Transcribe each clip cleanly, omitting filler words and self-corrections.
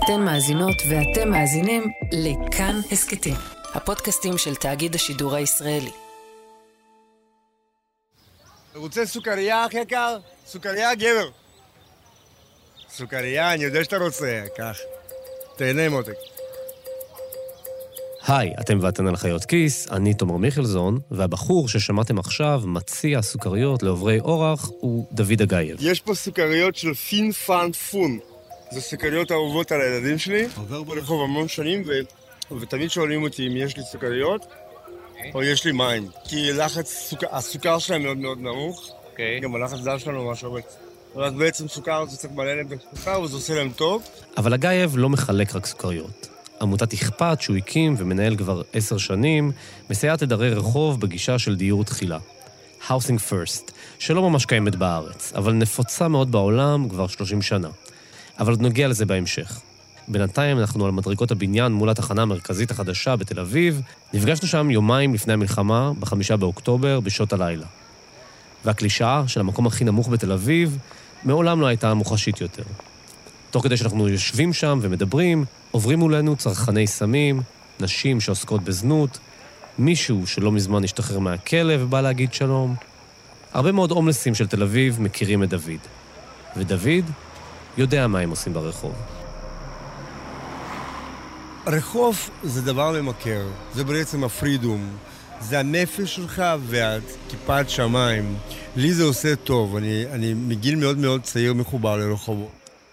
אתן מאזינות ואתם מאזינים לכאן הסקטים, הפודקאסטים של תאגיד השידור הישראלי. רוצה סוכריה, אח יקר? סוכריה, גבר. סוכריה, אני יודע שאתה רוצה, כך. תהנה מותק. היי, אתם ואתן על חיות כיס, אני תומר מיכלזון, והבחור ששמעתם עכשיו מציע סוכריות לעוברי אורח הוא דוד אגייב. יש פה סוכריות של פין פן פון. זה סוכריות אהובות על הילדים שלי. עובר ברחוב המון שנים, ותמיד שואלים אותי אם יש לי סוכריות, או יש לי מים. כי הסוכר שלהם מאוד מאוד נמוך. גם הלחץ דם שלנו משהו הרבה. אבל בעצם סוכר זה צריך מלא להם בסוכר, וזה עושה להם טוב. אבל אגייב לא מחלק רק סוכריות. עמותת אכפת שהוא הקים ומנהל כבר 10 שנים, מסייעת לדרי רחוב בגישה של דיור תחילה. Housing First, שלא ממש קיימת בארץ, אבל נפוצה מאוד בעולם כבר 30 שנה. אבל עוד נגיע לזה בהמשך. בינתיים אנחנו על מדרגות הבניין מול התחנה המרכזית החדשה בתל אביב, נפגשנו שם יומיים לפני המלחמה, ב5 באוקטובר, בשעות הלילה. והקלישאה של המקום הכי נמוך בתל אביב, מעולם לא הייתה מוחשית יותר. תוך כדי שאנחנו יושבים שם ומדברים, עוברים מולנו צרכני סמים, נשים שעוסקות בזנות, מישהו שלא מזמן השתחרר מהכלא ובא להגיד שלום. הרבה מאוד הומלסים של תל אביב מכירים את דוד. ודוד יודע מה הם עושים ברחוב. רחוב זה דבר ממכר, זה בעצם הפרידום. זה הנפש שלך והכיפת שמיים. לי זה עושה טוב, אני מגיל מאוד מאוד צעיר מחובר לרחובו.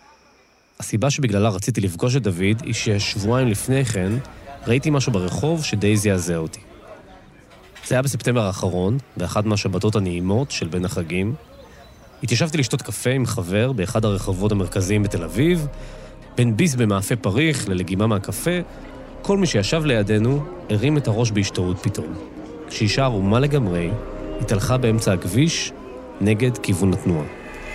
הסיבה שבגללה רציתי לפגוש את דוד היא ששבועיים לפני כן ראיתי משהו ברחוב שדי זעזע אותי. זה היה בספטמבר האחרון, באחד מהשבתות הנעימות של בין החגים. התיישבתי לשתות קפה עם חבר באחד הרחובות המרכזיים בתל אביב, בין ביס במאפה פריך ללגימה מהקפה, כל מי שישב לידינו הרים את הראש בהשתאות פתאום. כשאישה ערומה לגמרי, התהלכה באמצע הכביש נגד כיוון התנועה.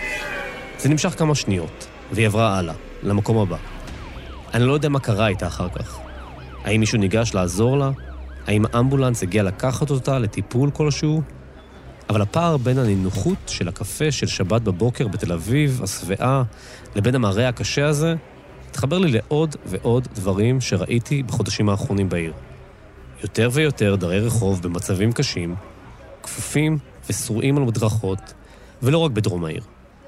זה נמשך כמה שניות, והיא עברה הלאה, למקום הבא. אני לא יודע מה קרה איתה אחר כך. האם מישהו ניגש לעזור לה? האם האמבולנס הגיע לקחת אותה לטיפול כלשהו? אבל הפער בין הנינוחות של הקפה של שבת בבוקר בתל אביב, הסבעה, לבין המראה הקשה הזה, התחבר לי לעוד ועוד דברים שראיתי בחודשים האחרונים בעיר. יותר ויותר דרי רחוב במצבים קשים, כפופים וסרועים על מדרכות, ולא רק בדרום העיר.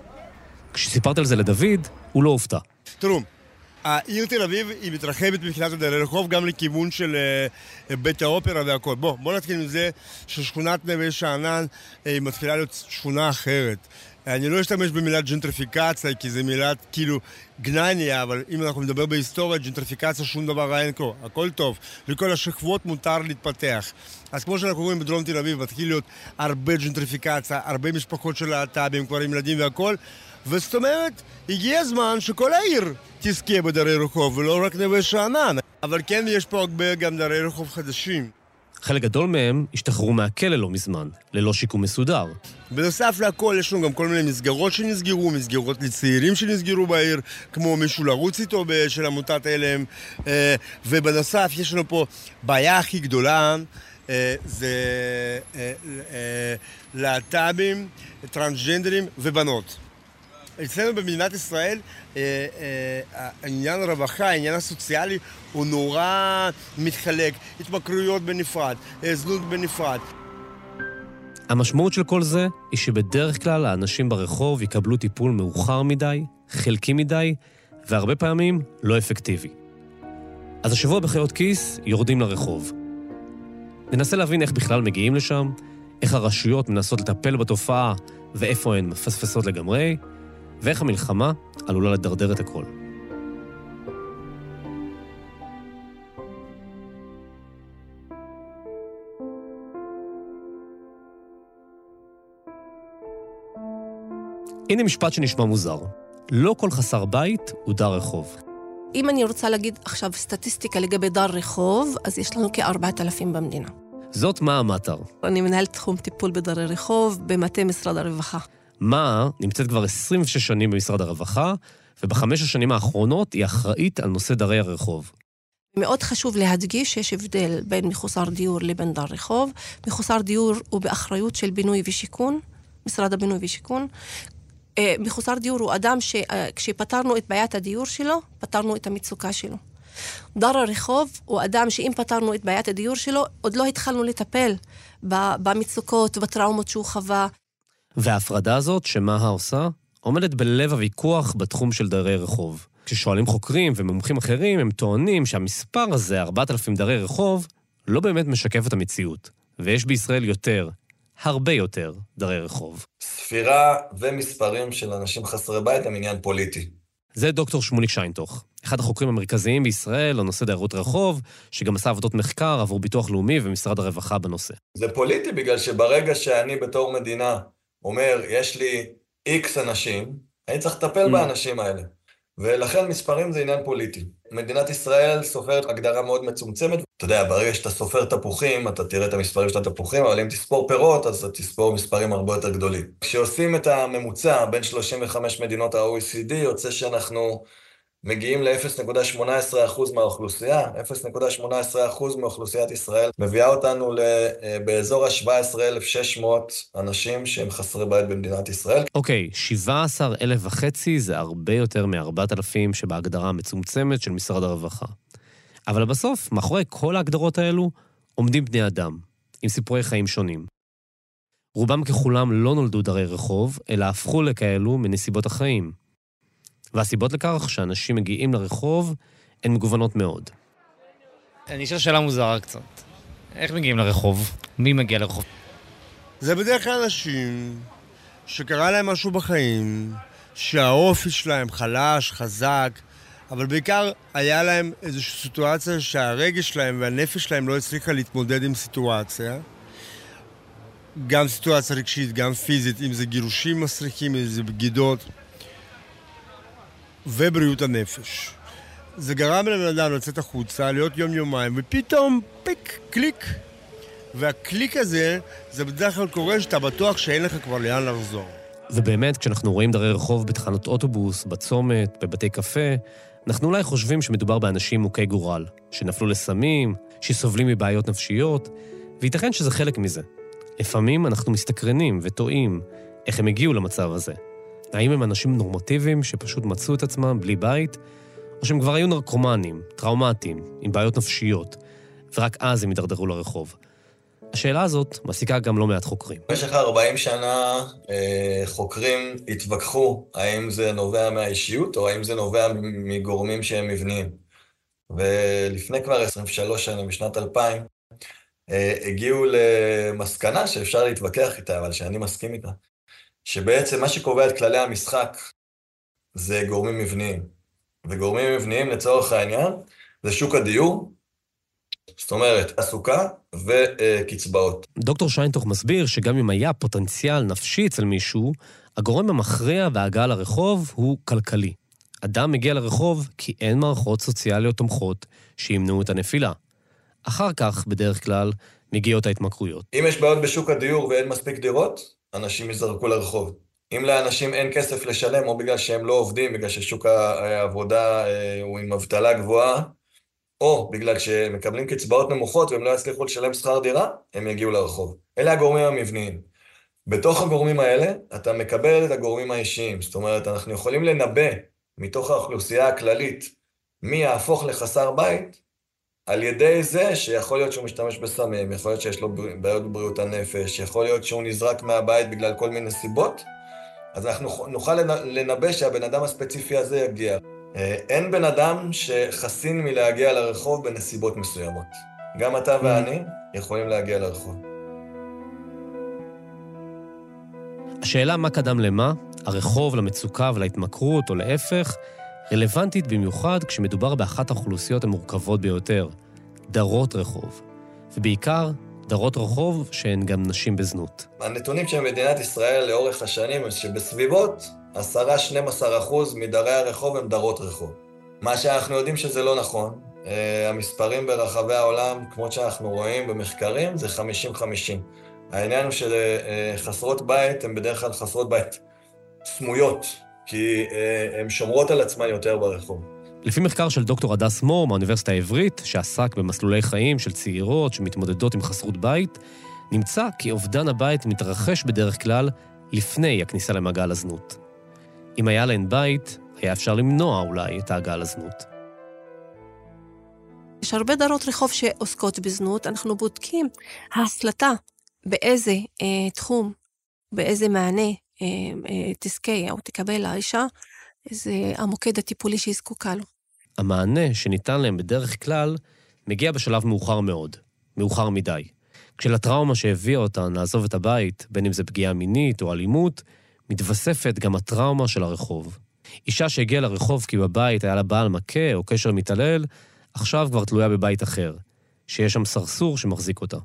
כשסיפרת על זה לדוד, הוא לא הופתע. תראו, העיר תל אביב היא מתרחבת מבחינת הדרי רחוב גם לכיוון של בית האופרה והכל. בוא נתחיל עם זה ששכונת נווה שאנן מתחילה להיות שכונה אחרת. אני לא אשתמש במילת ג'נטריפיקציה, כי זה מילת כאילו גנניה, אבל אם אנחנו מדבר בהיסטוריה, ג'נטריפיקציה שום דבר אין כה, הכל טוב. לכל השכבות מותר להתפתח. אז כמו שאנחנו רואים בדרום תל אביב, מתחיל להיות הרבה ג'נטריפיקציה, הרבה משפחות של להט"בים, כבר עם ילדים והכל, וזאת אומרת, הגיע הזמן שכל העיר תזכה בדרי רחוב, ולא רק נווה שאנן. אבל כן, יש פה הרבה גם דרי רחוב חדשים. חלק גדול מהם השתחררו מהכלא לא מזמן, ללא שיקום מסודר. בנוסף להכל, יש לנו גם כל מיני מסגרות שנסגרו, מסגרות לצעירים שנסגרו בעיר, כמו מישהו לרוץ איתו של עמותת אלם, ובנוסף יש לנו פה בעיה הכי גדולה, זה להט"בים, טרנסג'נדרים ובנות. אצלנו במדינת ישראל, העניין הרווחה, העניין הסוציאלי, הוא נורא מתחלק. התמכרויות בנפרד, זנות בנפרד. המשמעות של כל זה היא שבדרך כלל האנשים ברחוב יקבלו טיפול מאוחר מדי, חלקי מדי, והרבה פעמים לא אפקטיבי. אז השבוע בחיות כיס יורדים לרחוב. ננסה להבין איך בכלל מגיעים לשם, איך הרשויות מנסות לטפל בתופעה ואיפה הן מפספסות לגמרי, ואיך המלחמה עלולה לדרדר את הכל. הנה משפט שנשמע מוזר. לא כל חסר בית הוא דר רחוב. אם אני רוצה להגיד עכשיו סטטיסטיקה לגבי דר רחוב, אז יש לנו כ-4,000 במדינה. זאת מה המטר. אני מנהלת תחום טיפול בדרי רחוב במטה משרד הרווחה. מה נמצאת כבר 26 שנים במשרד הרווחה, וב5 השנים האחרונות היא אחראית על נושא דרי הרחוב. מאוד חשוב להדגיש שיש הבדל בין מחוסר דיור לבין דר רחוב. מחוסר דיור הוא באחריות של בינוי ושיכון, משרד הבינוי ושיכון. מחוסר דיור הוא אדם שכשפתרנו את בעיית הדיור שלו, פתרנו את המצוקה שלו. דר הרחוב הוא אדם שאם פתרנו את בעיית הדיור שלו, עוד לא התחלנו לטפל במצוקות, בטראומות שהוא חווה. וההפרדה הזאת, שמה עושה, עומדת בלב הוויכוח בתחום של דרי רחוב. כששואלים חוקרים ומומחים אחרים, הם טוענים שהמספר הזה, 4,000 דרי רחוב, לא באמת משקף את המציאות. ויש בישראל יותר, הרבה יותר, דרי רחוב. ספירה ומספרים של אנשים חסרי בית הם עניין פוליטי. זה דוקטור שמוליק שיינטוך, אחד החוקרים המרכזיים בישראל לנושא דיירות רחוב, שגם עשה עבודות מחקר עבור ביטוח לאומי ומשרד הרווחה בנושא. זה פוליטי בגלל שברגע שאני בתור מדינה אומר, יש לי X אנשים, אני צריך לטפל באנשים האלה. ולכן מספרים זה עניין פוליטי. מדינת ישראל סופרת הגדרה מאוד מצומצמת. אתה יודע, ברגע שאתה סופר תפוחים, אתה תראה את המספרים של התפוחים, אבל אם תספור פירות, אז אתה תספור מספרים הרבה יותר גדולים. כשעושים את הממוצע בין 35 מדינות ה-OECD, יוצא שאנחנו מגיעים ל-0.18% מהאוכלוסייה. 0.18% מאוכלוסיית ישראל מביאה אותנו באזור ה-17,600 אנשים שהם חסרי בית במדינת ישראל. אוקיי, 17,500 זה הרבה יותר מ-4,000 שבהגדרה המצומצמת של משרד הרווחה. אבל בסוף, מאחורי כל ההגדרות האלו, עומדים בני אדם, עם סיפורי חיים שונים. רובם ככולם לא נולדו דרי רחוב, אלא הפכו לכאלו מנסיבות החיים. והסיבות לכך שאנשים מגיעים לרחוב הן מגוונות מאוד. אני אשאל שאלה מוזרה קצת. איך מגיעים לרחוב? מי מגיע לרחוב? זה בדרך כלל אנשים שקרה להם משהו בחיים, שהאופי שלהם חלש, חזק, אבל בעיקר היה להם איזושהי סיטואציה שהרגש שלהם והנפש שלהם לא הצליחה להתמודד עם סיטואציה. גם סיטואציה רגשית, גם פיזית, אם זה גירושים מסריחים, אם זה בגידות. ובריאות הנפש. זה גרם לבן אדם לצאת החוצה, להיות יום-יומיים, ופתאום פיק, קליק. והקליק הזה, זה בדרך כלל קורה שאתה בטוח שאין לך כבר לאן לחזור. ובאמת, כשאנחנו רואים דרי רחוב בתחנות אוטובוס, בצומת, בבתי קפה, אנחנו אולי חושבים שמדובר באנשים מוכי גורל, שנפלו לסמים, שסובלים מבעיות נפשיות, וייתכן שזה חלק מזה. לפעמים אנחנו מסתקרנים וטועים איך הם הגיעו למצב הזה. האם הם אנשים נורמטיביים שפשוט מצאו את עצמם בלי בית, או שהם כבר היו נרקומנים, טראומטיים, עם בעיות נפשיות, ורק אז הם ידרדרו לרחוב. השאלה הזאת מעסיקה גם לא מעט חוקרים. במשך 40 שנה חוקרים התווכחו האם זה נובע מהאישיות, או האם זה נובע מגורמים שהם מבניים. ולפני כבר 23 שנים, בשנת 2000, הגיעו למסקנה שאפשר להתווכח איתה, אבל שאני מסכים איתה. שבעצם מה שקובע את כללי המשחק זה גורמים מבניים. וגורמים מבניים לצורך העניין זה שוק הדיור, זאת אומרת, עסוקה וקצבאות. דוקטור שיינטוך מסביר שגם אם היה פוטנציאל נפשי אצל מישהו, הגורם המכריע וההגעה לרחוב הוא כלכלי. אדם מגיע לרחוב כי אין מערכות סוציאליות תומכות שימנעו את הנפילה. אחר כך, בדרך כלל, מגיעות ההתמכרויות. אם יש בעיות בשוק הדיור ואין מספיק דירות, אנשים יזרקו לרחוב. אם לאנשים אין כסף לשלם, או בגלל שהם לא עובדים, בגלל ששוק העבודה הוא עם אבטלה גבוהה, או בגלל שהם מקבלים קצבאות נמוכות והם לא יצליחו לשלם שכר דירה, הם יגיעו לרחוב. אלה הגורמים המבניים. בתוך הגורמים האלה, אתה מקבל את הגורמים האישיים. זאת אומרת, אנחנו יכולים לנבא מתוך האוכלוסייה הכללית מי יהפוך לחסר בית, על ידי זה שיכול להיות שהוא משתמש בסמים, יכול להיות שיש לו בעיות בבריאות הנפש, יכול להיות שהוא נזרק מהבית בגלל כל מיני סיבות, אז אנחנו נוכל לנבא שהבן אדם הספציפי הזה יגיע. אין בן אדם שחסין מלהגיע לרחוב בנסיבות מסוימות. גם אתה ואני יכולים להגיע לרחוב. השאלה מה קדם למה, הרחוב למצוקה ולהתמכרות או להפך, רלוונטית במיוחד כשמדובר באחת האוכלוסיות המורכבות ביותר, דרות רחוב. ובעיקר, דרות רחוב שהן גם נשים בזנות. הנתונים של מדינת ישראל לאורך השנים הם שבסביבות 10-12% מדרי הרחוב הם דרות רחוב. מה שאנחנו יודעים שזה לא נכון, המספרים ברחבי העולם, כמו שאנחנו רואים במחקרים, זה 50-50. העניין הוא שחסרות בית, הן בדרך כלל חסרות בית סמויות, כי הן שומרות על עצמן יותר ברחוב. לפי מחקר של דוקטור הדס מור מהאוניברסיטה העברית, שעסק במסלולי חיים של צעירות שמתמודדות עם חסרות בית, נמצא כי אובדן הבית מתרחש בדרך כלל לפני הכניסה למעגל הזנות. אם היה להן בית, היה אפשר למנוע אולי את ההגעה לזנות. יש הרבה דרות רחוב שעוסקות בזנות, אנחנו בודקים ההחלטה באיזה תחום, באיזה מענה תזכה או תקבל האישה, זה המוקד הטיפולי שהיא זקוקה לו. המענה שניתן להם בדרך כלל מגיע בשלב מאוחר מאוד, מאוחר מדי. כשלטראומה שהביאה אותן לעזוב את הבית, בין אם זה פגיעה מינית או אלימות, מתווספת גם הטראומה של הרחוב. אישה שהגיעה לרחוב כי בבית היה לה בעל מכה או קשר מתעלל, עכשיו כבר תלויה בבית אחר, שיש שם סרסור שמחזיק אותה.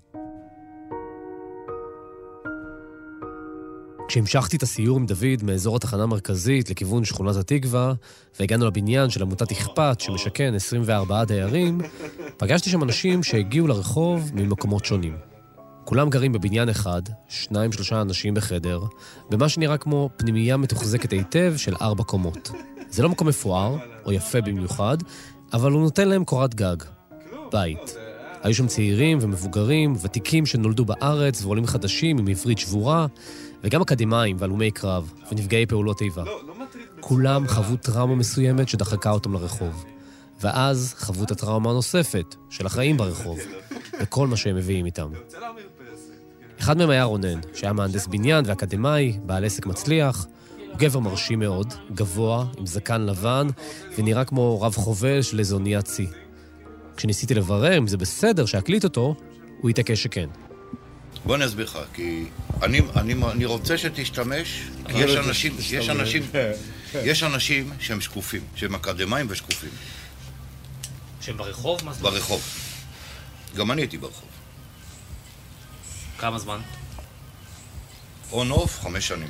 כשהמשכתי את הסיור עם דוד מאזור התחנה המרכזית לכיוון שכונת התקווה, והגענו לבניין של עמותת אכפת שמשכן 24 דיירים, פגשתי שם אנשים שהגיעו לרחוב ממקומות שונים. כולם גרים בבניין אחד, 2-3 אנשים בחדר, במה שנראה כמו פנימייה מתוחזקת היטב של 4 קומות. זה לא מקום מפואר, או יפה במיוחד, אבל הוא נותן להם קורת גג. בית. היו שם צעירים ומבוגרים, ותיקים שנולדו בארץ, ועולים חדשים עם עברית שבורה, וגם אקדמיים והלומי קרב, ונפגעי פעולות איבה. כולם חוו טראומה מסוימת שדחקה אותם לרחוב. ואז חוו את הטראומה הנוספת של החיים ברחוב, וכל מה שהם מביאים איתם. אחד מהם היה רונן, שהיה מהנדס בניין ואקדמאי, בעל עסק מצליח. הוא גבר מרשים מאוד, גבוה, עם זקן לבן, ונראה כמו רב חובל של איזו אוניית צי. כשניסיתי לברר אם זה בסדר שהקליט אותו, הוא התעקש שכן. בוא נסביר לך, כי אני רוצה שתשתמש, כי יש אנשים שהם שקופים, שהם אקדמיים ושקופים. שהם ברחוב? מה זה? ברחוב. גם אני הייתי ברחוב. כמה זמן? on-off 5 שנים.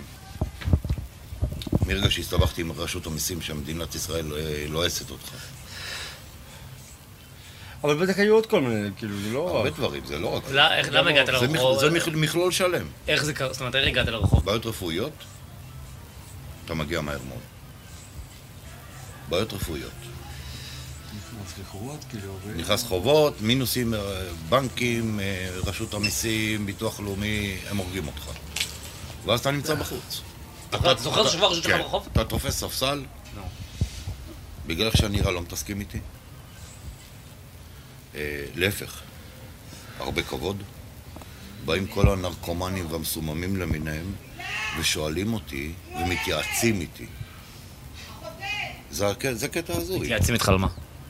מרגע שהסתבכתי עם רשות המיסים שמדינת ישראל לועסת אותך. אבל בטח היו עוד כל מיני, כאילו, זה לא... הרבה דברים, זה לא רק... למה הגעת לרחוב? זה מכלול שלם. איך זה קרה? זאת אומרת, איך הגעת לרחוב? בעיות רפואיות, אתה מגיע מהר מאוד. בעיות רפואיות. נכנס חובות, מינוסים, בנקים, רשות המיסים, ביטוח לאומי, הם הורגים אותך. ואז אתה נמצא בחוץ. אתה זוכר ששבוע רשות שלך ברחוב? אתה תופס ספסל, בגלל איך שאני נראה לא מתעסקים איתי. להפך, הרבה כבוד. באים כל הנרקומנים והמסוממים למיניהם ושואלים אותי ומתייעצים איתי. זה קטע הזוי. מתייעצים איתך על מה?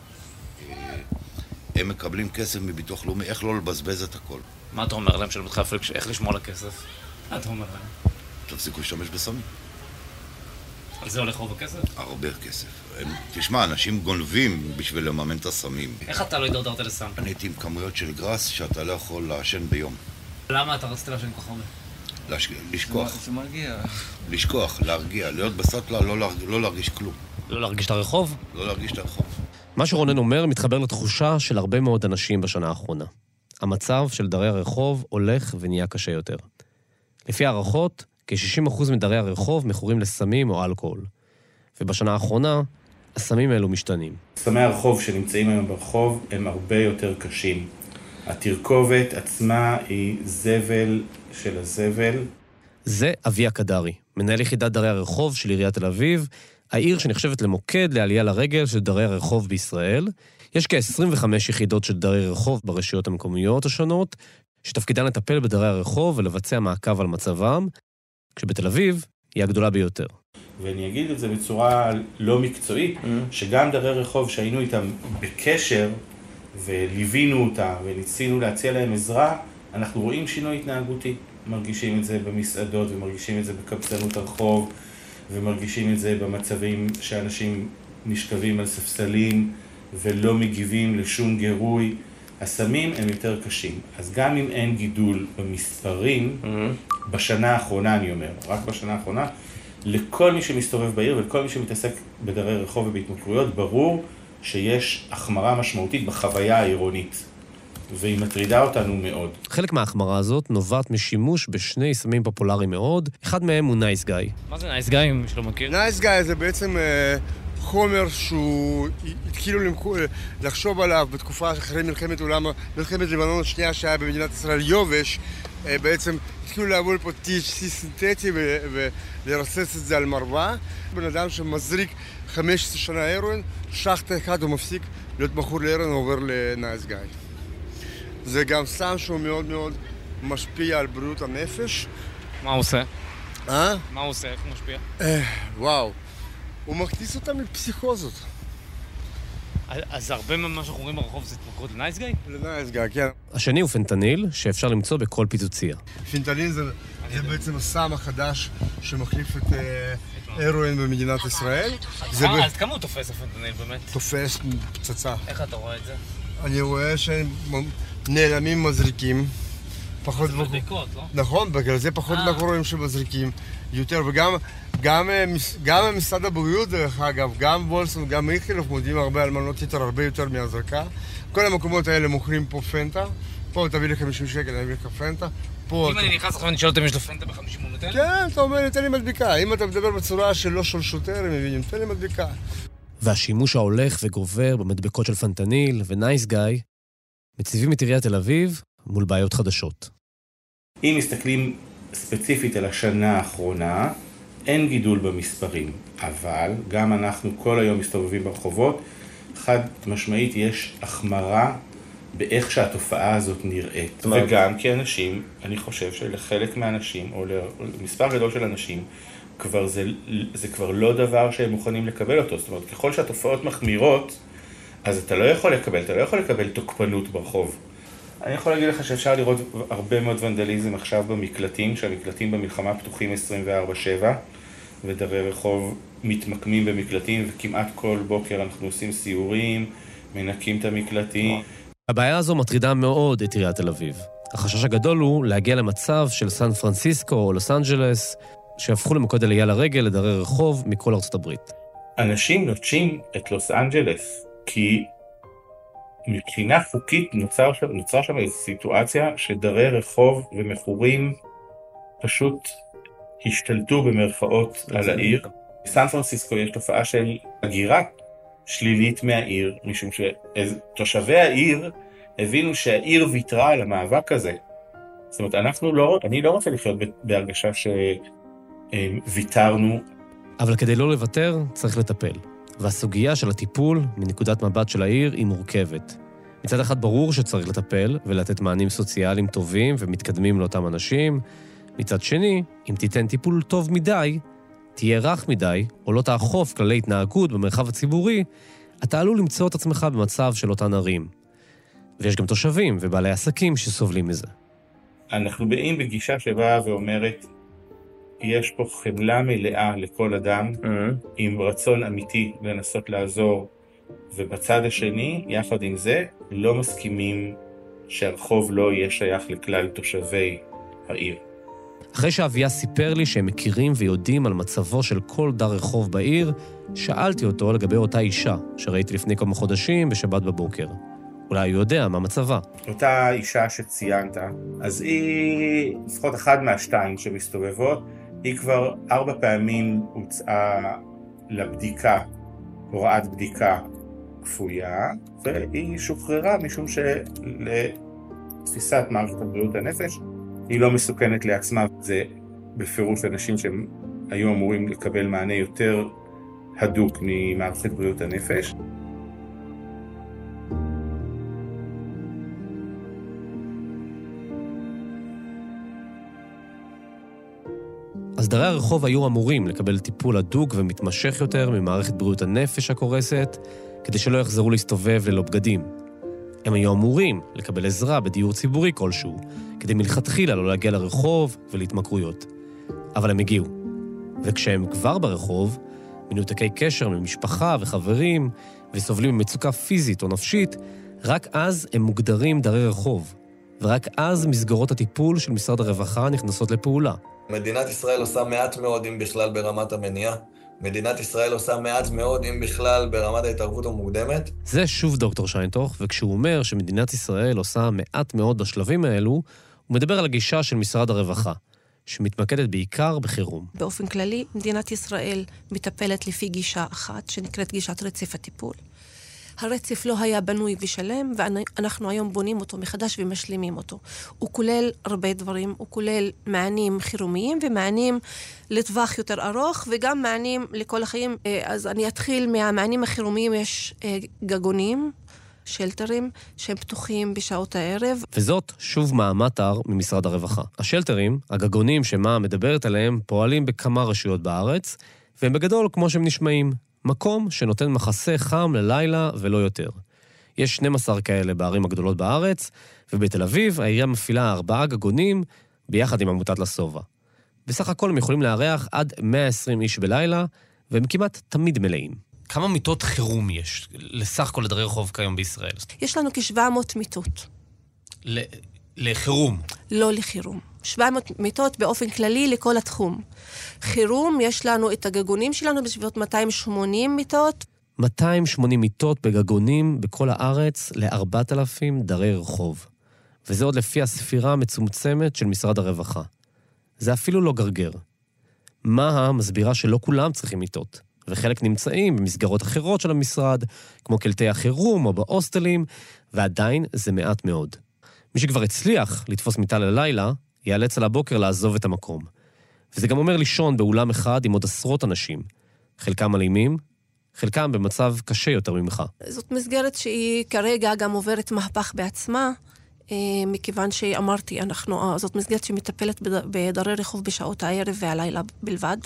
הם מקבלים כסף מביטוח לאומי, איך לא לבזבז את הכל. מה אתה אומר להם שלא מתחיל איך לשמור על הכסף? מה אתה אומר להם? תפסיקו להשתמש בסמים. על זה הולך רוב הכסף? הרבה כסף. תשמע, אנשים גונבים בשביל לממן את הסמים. איך אתה לא הידרדרת לסם? אני הייתי עם כמויות של גרס שאתה לא יכול לעשן ביום. למה אתה רצית לעשן כל כך הרבה? לשכוח. זה מרגיע. לשכוח, להרגיע, להיות בסטלה, לא להרגיש כלום. לא להרגיש את הרחוב? לא להרגיש את הרחוב. מה שרונן אומר מתחבר לתחושה של הרבה מאוד אנשים בשנה האחרונה. המצב של דרי הרחוב הולך ונהיה קשה יותר. לפי הערכות, כ-60% מדרי הרחוב מכורים לסמים או אלכוהול. ובשנה האחרונה, הסמים האלו משתנים. סמי הרחוב שנמצאים היום ברחוב הם הרבה יותר קשים. התרכובת עצמה היא זבל של הזבל. זה אביה קדרי, מנהל יחידת דרי הרחוב של עיריית תל אביב, העיר שנחשבת למוקד לעלייה לרגל של דרי הרחוב בישראל. יש כ-25 יחידות של דרי רחוב ברשויות המקומיות השונות, שתפקידן לטפל בדרי הרחוב ולבצע מעקב על מצבם, כשבתל אביב היא הגדולה ביותר. ואני אגיד את זה בצורה לא מקצועית, שגם דרי רחוב שהיינו איתם בקשר וליווינו אותם וניסינו להציע להם עזרה, אנחנו רואים שינוי התנהגותי. מרגישים את זה במסעדות ומרגישים את זה בקבצנות הרחוב ומרגישים את זה במצבים שאנשים נשכבים על ספסלים ולא מגיבים לשום גירוי. הסמים הם יותר קשים. אז גם אם אין גידול במספרים, בשנה האחרונה אני אומר, רק בשנה האחרונה, לכל מי שמסתובב בעיר ולכל מי שמתעסק בדרי רחוב ובהתמכרויות, ברור שיש החמרה משמעותית בחוויה העירונית, והיא מטרידה אותנו מאוד. חלק מההחמרה הזאת נובעת משימוש בשני סמים פופולריים מאוד, אחד מהם הוא נייס גאי. מה זה נייס גאי, אם שלא מכיר? נייס גאי זה בעצם חומר שהוא התחילו לחשוב עליו בתקופה אחרי מלחמת לבנון השנייה שהיה במדינת ישראל יובש, בעצם התחילו לעבור פה THC סינתטי ולרסס את זה על מרווה. בן אדם שמזריק 15 שנה הרואין, שחטה אחד הוא מפסיק להיות מכור להרואין ועובר לנייס גאי. זה גם סם שהוא מאוד מאוד משפיע על בריאות הנפש. מה הוא עושה? מה הוא עושה? איך הוא משפיע? וואו. הוא מכניס אותם לפסיכוזות. אז הרבה ממה שאנחנו רואים ברחוב זה התמכרות לנייס גאי? לנייס גאי, כן. השני הוא פנטניל, שאפשר למצוא בכל פיצוציה. פנטניל זה בעצם הסם החדש שמחליף את הרואין במדינת ישראל. אז כמה הוא תופס הפנטניל באמת? תופס פצצה. איך אתה רואה את זה? אני רואה שהם נעלמים מזריקים. פחות מדבקות, לא? נכון, בגלל זה פחות אנחנו רואים שמזריקים יותר, וגם משרד הבריאות דרך אגב, גם וולסון וגם איכילוב מודיעים הרבה על מנות יתר, הרבה יותר מהזרקה. כל המקומות האלה מוכרים פה פנטה, פה תביא לי 50 שקל, אני אביא לך פנטה. אם אני נכנס עכשיו ואני שואל אותם יש לו פנטה ב-50 הוא נותן? כן, אתה אומר, נתן לי מדביקה. אם אתה מדבר בצורה שלא של שוטר, הם מבינים, נתן לי מדביקה. והשימוש ההולך וגובר במדבקות של פנטניל ונייס גאי מציבים את עיריית תל אביב מול בעיות חדשות. אם מסתכלים ספציפית על השנה האחרונה, אין גידול במספרים, אבל גם אנחנו כל היום מסתובבים ברחובות, חד משמעית יש החמרה באיך שהתופעה הזאת נראית. וגם כאנשים, אני חושב שלחלק מהאנשים, או למספר גדול של אנשים, זה כבר לא דבר שהם מוכנים לקבל אותו. זאת אומרת, ככל שהתופעות מחמירות, אז אתה לא יכול לקבל תוקפנות ברחוב. אני יכול להגיד לך שאפשר לראות הרבה מאוד ונדליזם עכשיו במקלטים, שהמקלטים במלחמה פתוחים 24/7, ודרי רחוב מתמקמים במקלטים, וכמעט כל בוקר אנחנו עושים סיורים, מנקים את המקלטים. הבעיה הזו מטרידה מאוד את עיריית תל אביב. החשש הגדול הוא להגיע למצב של סן פרנסיסקו או לוס אנג'לס, שהפכו למוקד עלייה לרגל לדרי רחוב מכל ארצות הברית. אנשים נוטשים את לוס אנג'לס, כי מבחינה חוקית נוצרה שם איזו סיטואציה שדרי רחוב ומכורים פשוט השתלטו במרכאות על העיר. בסן פרנסיסקו יש תופעה של הגירה שלילית מהעיר, משום שתושבי העיר הבינו שהעיר ויתרה על המאבק הזה. זאת אומרת, אני לא רוצה לחיות בהרגשה שוויתרנו. אבל כדי לא לוותר, צריך לטפל. והסוגיה של הטיפול מנקודת מבט של העיר היא מורכבת. מצד אחד ברור שצריך לטפל ולתת מענים סוציאליים טובים ומתקדמים לאותם אנשים. מצד שני, אם תיתן טיפול טוב מדי, תהיה רך מדי, או לא תאכוף כללי התנהגות במרחב הציבורי, אתה עלול למצוא את עצמך במצב של אותן ערים. ויש גם תושבים ובעלי עסקים שסובלים מזה. אנחנו באים בגישה שבאה ואומרת, יש פה חמלה מלאה לכל אדם, עם רצון אמיתי לנסות לעזור, ובצד השני, יחד עם זה, לא מסכימים שהרחוב לא יהיה שייך לכלל תושבי העיר. אחרי שאביה סיפר לי שהם מכירים ויודעים על מצבו של כל דר רחוב בעיר, שאלתי אותו לגבי אותה אישה שראיתי לפני כמה חודשים בשבת בבוקר. אולי הוא יודע מה מצבה. אותה אישה שציינת, אז היא, לפחות אחד מהשתיים שמסתובבות, היא כבר 4 פעמים הוצאה לבדיקה, הוראת בדיקה כפויה, והיא שוחררה משום שלתפיסת מערכת בריאות הנפש, היא לא מסוכנת לעצמה. זה בפירוש אנשים שהם היו אמורים לקבל מענה יותר הדוק ממערכת בריאות הנפש. אז דרי הרחוב היו אמורים לקבל טיפול הדוק ומתמשך יותר ממערכת בריאות הנפש הקורסת, כדי שלא יחזרו להסתובב ללא בגדים. הם היו אמורים לקבל עזרה בדיור ציבורי כלשהו, כדי מלכתחילה לא להגיע לרחוב ולהתמכרויות. אבל הם הגיעו. וכשהם כבר ברחוב, מנותקי קשר ממשפחה וחברים, וסובלים ממצוקה פיזית או נפשית, רק אז הם מוגדרים דרי רחוב. ורק אז מסגרות הטיפול של משרד הרווחה נכנסות לפעולה. מדינת ישראל עושה מעט מאוד אם בכלל ברמת המניעה. מדינת ישראל עושה מעט מאוד אם בכלל ברמת ההתערבות המוקדמת. זה שוב דוקטור שיינטוך, וכשהוא אומר שמדינת ישראל עושה מעט מאוד בשלבים האלו, הוא מדבר על הגישה של משרד הרווחה. שמתמקדת בעיקר בחירום. באופן כללי, מדינת ישראל מטפלת לפי גישה אחת, שנקראת גישת רצף הטיפול. הרצף לא היה בנוי ושלם, ואנחנו היום בונים אותו מחדש ומשלימים אותו. הוא כולל הרבה דברים, הוא כולל מענים חירומיים ומענים לטווח יותר ארוך, וגם מענים לכל החיים. אז אני אתחיל מהמענים החירומיים, יש גגונים, שלטרים, שהם פתוחים בשעות הערב. וזאת שוב מאמתר ממשרד הרווחה. השלטרים, הגגונים שמה מדברת עליהם, פועלים בכמה רשויות בארץ, והם בגדול כמו שהם נשמעים. מקום שנותן מחסה חם ללילה ולא יותר. יש 12 כאלה בערים הגדולות בארץ, ובתל אביב העירייה מפעילה 4 גגונים ביחד עם עמותת לסובה. בסך הכל הם יכולים לארח עד 120 איש בלילה, והם כמעט תמיד מלאים. כמה מיטות חירום יש לסך כל דרי רחוב כיום בישראל? יש לנו כ-700 מיטות. לחירום? לא לחירום. 700 מיטות באופן כללי לכל התחום. חירום, יש לנו את הגגונים שלנו בסביבות 280 מיטות. 280 מיטות בגגונים בכל הארץ ל-4,000 דרי רחוב. וזה עוד לפי הספירה המצומצמת של משרד הרווחה. זה אפילו לא גרגר. מה מסבירה שלא כולם צריכים מיטות, וחלק נמצאים במסגרות אחרות של המשרד, כמו קלטי החירום או בהוסטלים, ועדיין זה מעט מאוד. מי שכבר הצליח לתפוס מיטה ללילה, ייאלץ על הבוקר לעזוב את המקום. וזה גם אומר לישון באולם אחד עם עוד עשרות אנשים. חלקם אלימים, חלקם במצב קשה יותר ממך. זאת מסגרת שהיא כרגע גם עוברת מהפך בעצמה, מכיוון שאמרתי, זאת מסגרת שמטפלת בדרי רחוב בשעות הערב והלילה בלבד,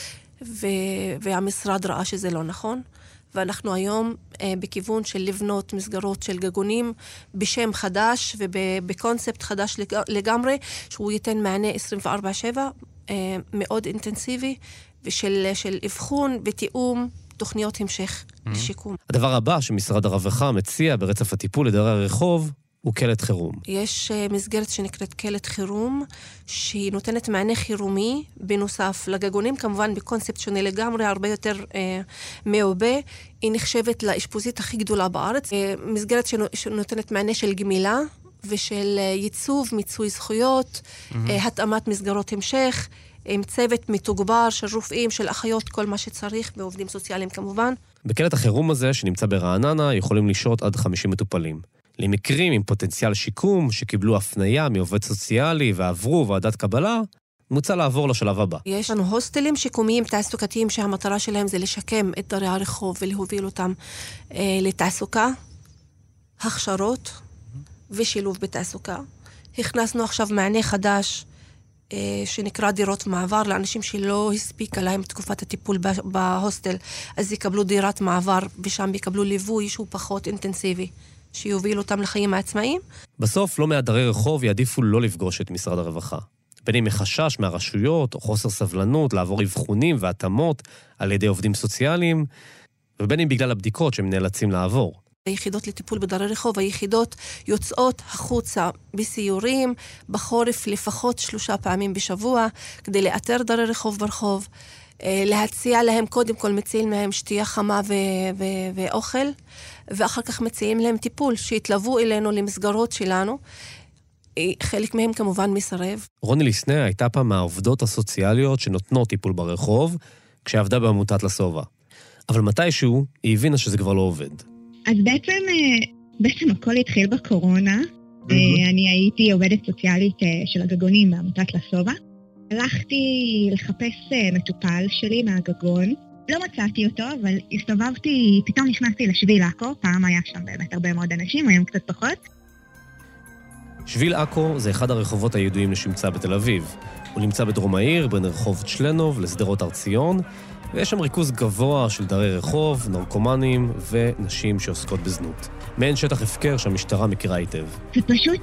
והמשרד ראה שזה לא נכון. ואנחנו היום בכיוון של לבנות מסגרות של גגונים בשם חדש ובקונספט חדש לגמרי, שהוא ייתן מענה 24/7, מאוד אינטנסיבי, ושל אבחון ותיאום תוכניות המשך לשיקום. הדבר הבא שמשרד הרווחה מציע ברצף הטיפול לדרי הרחוב, הוא קלט חירום. יש מסגרת שנקראת קלט חירום, שהיא נותנת מענה חירומי, בנוסף לגגונים, כמובן בקונספט שונה לגמרי, הרבה יותר מעובה. היא נחשבת לאשפוזית הכי גדולה בארץ. מסגרת שנותנת מענה של גמילה, ושל ייצוב, מיצוי זכויות, התאמת מסגרות המשך, עם צוות מתוגבר של רופאים, של אחיות, כל מה שצריך, בעובדים סוציאליים כמובן. בקלט החירום הזה, שנמצא ברעננה, יכולים לשהות עד 50 מטופלים. למקרים עם פוטנציאל שיקום, שקיבלו הפניה מעובד סוציאלי ועברו ועדת קבלה, מוצע לעבור לשלב הבא. יש לנו הוסטלים שיקומיים תעסוקתיים שהמטרה שלהם זה לשקם את דרי הרחוב ולהוביל אותם לתעסוקה, הכשרות ושילוב בתעסוקה. הכנסנו עכשיו מענה חדש שנקרא דירות מעבר לאנשים שלא הספיקה להם תקופת הטיפול בהוסטל, אז יקבלו דירת מעבר ושם יקבלו ליווי שהוא פחות אינטנסיבי. שיוביל אותם לחיים העצמאיים. בסוף לא מעט דרי רחוב יעדיפו לא לפגוש את משרד הרווחה. בין אם מחשש מהרשויות או חוסר סבלנות לעבור אבחונים והתאמות על ידי עובדים סוציאליים, ובין אם בגלל הבדיקות שהם נאלצים לעבור. היחידות לטיפול בדרי רחוב, היחידות יוצאות החוצה בסיורים, בחורף לפחות 3 פעמים בשבוע, כדי לאתר דרי רחוב ברחוב, להציע להם, קודם כל מציעים להם שתייה חמה ואוכל, ואחר כך מציעים להם טיפול, שיתלוו אלינו למסגרות שלנו. חלק מהם כמובן מסרב. רוני ליסנה הייתה פעם מהעובדות הסוציאליות שנותנות טיפול ברחוב, כשעבדה בעמותת לסובה. אבל מתישהו היא הבינה שזה כבר לא עובד. אז בעצם הכל התחיל בקורונה. אני הייתי עובדת סוציאלית של הגגונים בעמותת לסובה. הלכתי לחפש מטופל שלי מהגגון. לא מצאתי אותו, אבל הסתובבתי, פתאום נכנסתי לשביל עכו, פעם היה שם באמת הרבה מאוד אנשים, היום קצת פחות. שביל עכו זה אחד הרחובות הידועים לשמצה בתל אביב. הוא נמצא בדרום העיר, בין רחוב צ'לנוב לסדרות הר ציון, ויש שם ריכוז גבוה של דרי רחוב, נרקומנים ונשים שעוסקות בזנות. מעין שטח הפקר שהמשטרה מכירה היטב. ופשוט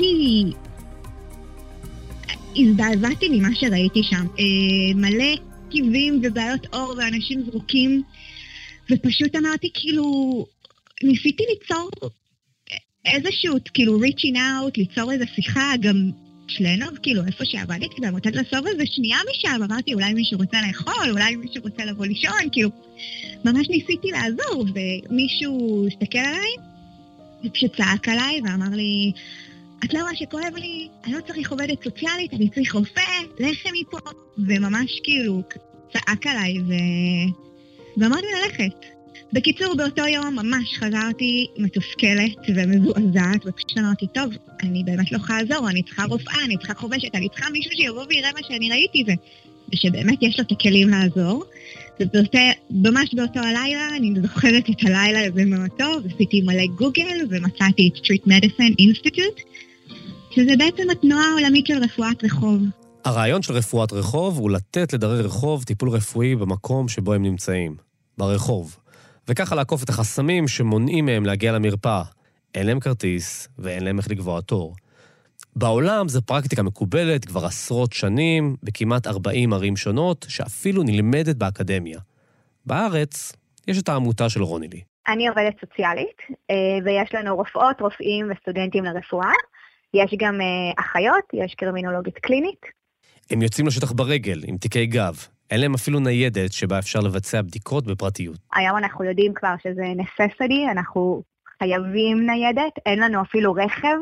הזדעזעתי ממה שראיתי שם. מלא קיבים ובעיות אור ואנשים זרוקים, ופשוט אמרתי כאילו, ניסיתי ליצור איזשהו, כאילו reaching out, ליצור איזו שיחה, גם צ'לנוב, כאילו איפה שעבדתי בעמותת לסובה, ושנייה משם, אמרתי אולי מישהו רוצה לאכול, אולי מישהו רוצה לבוא לישון, כאילו, ממש ניסיתי לעזור, ומישהו הסתכל עליי, ופשוט צעק עליי ואמר לי, את לא רואה שכואב לי, אני לא צריך עובדת סוציאלית, אני צריך רופא, לחם מפה. וממש כאילו צעק עליי ואמרתי ללכת. בקיצור, באותו יום ממש חזרתי מתוסכלת ומזועזעת, ופשוט אמרתי, טוב, אני באמת לא יכולה לעזור, אני צריכה רופאה, אני צריכה חובשת, אני צריכה מישהו שיבוא ויראה מה שאני ראיתי, ושבאמת יש לו את הכלים לעזור. וממש באותו הלילה, אני זוכרת את הלילה הזה מאוד טוב, עשיתי מלא גוגל ומצאתי את Street Medicine Institute, שזה בעצם התנועה העולמית של רפואת רחוב. הרעיון של רפואת רחוב הוא לתת לדרי רחוב טיפול רפואי במקום שבו הם נמצאים, ברחוב. וככה לעקוף את החסמים שמונעים מהם להגיע למרפאה. אין להם כרטיס ואין להם איך לקבוע תור. בעולם זו פרקטיקה מקובלת כבר עשרות שנים, בכמעט 40 ערים שונות, שאפילו נלמדת באקדמיה. בארץ יש את העמותה של רונילי. אני עובדת סוציאלית, ויש לנו רופאות, רופאים וסטודנטים לרפואה. יש גם אחיות, יש קרימינולוגית קלינית. הם יוצאים לשטח ברגל, עם תיקי גב. אין להם אפילו ניידת שבה אפשר לבצע בדיקות בפרטיות. היום אנחנו יודעים כבר שזה necessity, אנחנו חייבים ניידת, אין לנו אפילו רכב.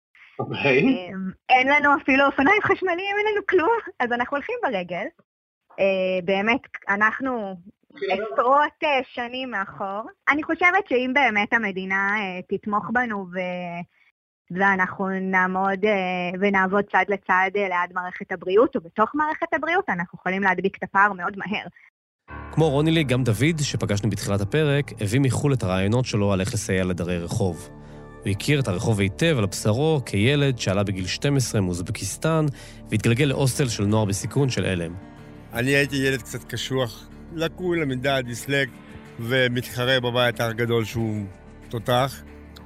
אין לנו אפילו אופניים חשמליים, אין לנו כלום, אז אנחנו הולכים ברגל. באמת, אנחנו עשרות שנים מאחור. אני חושבת שאם באמת המדינה תתמוך בנו ואנחנו נעמוד ונעבוד צד לצד ליד מערכת הבריאות, ובתוך מערכת הבריאות אנחנו יכולים להדביק את הפער מאוד מהר. כמו רונילי, גם דוד, שפגשנו בתחילת הפרק, הביא מחול את הרעיונות שלו על איך לסייע לדרי רחוב. הוא הכיר את הרחוב היטב על הבשרו כילד שעלה בגיל 12 מאוזבקיסטן, והתגלגל להוסטל של נוער בסיכון של אלם. אני הייתי ילד קצת קשוח, לקוי למידה, דיסלקט, ומתחרה בבית הגדול שהוא תותח.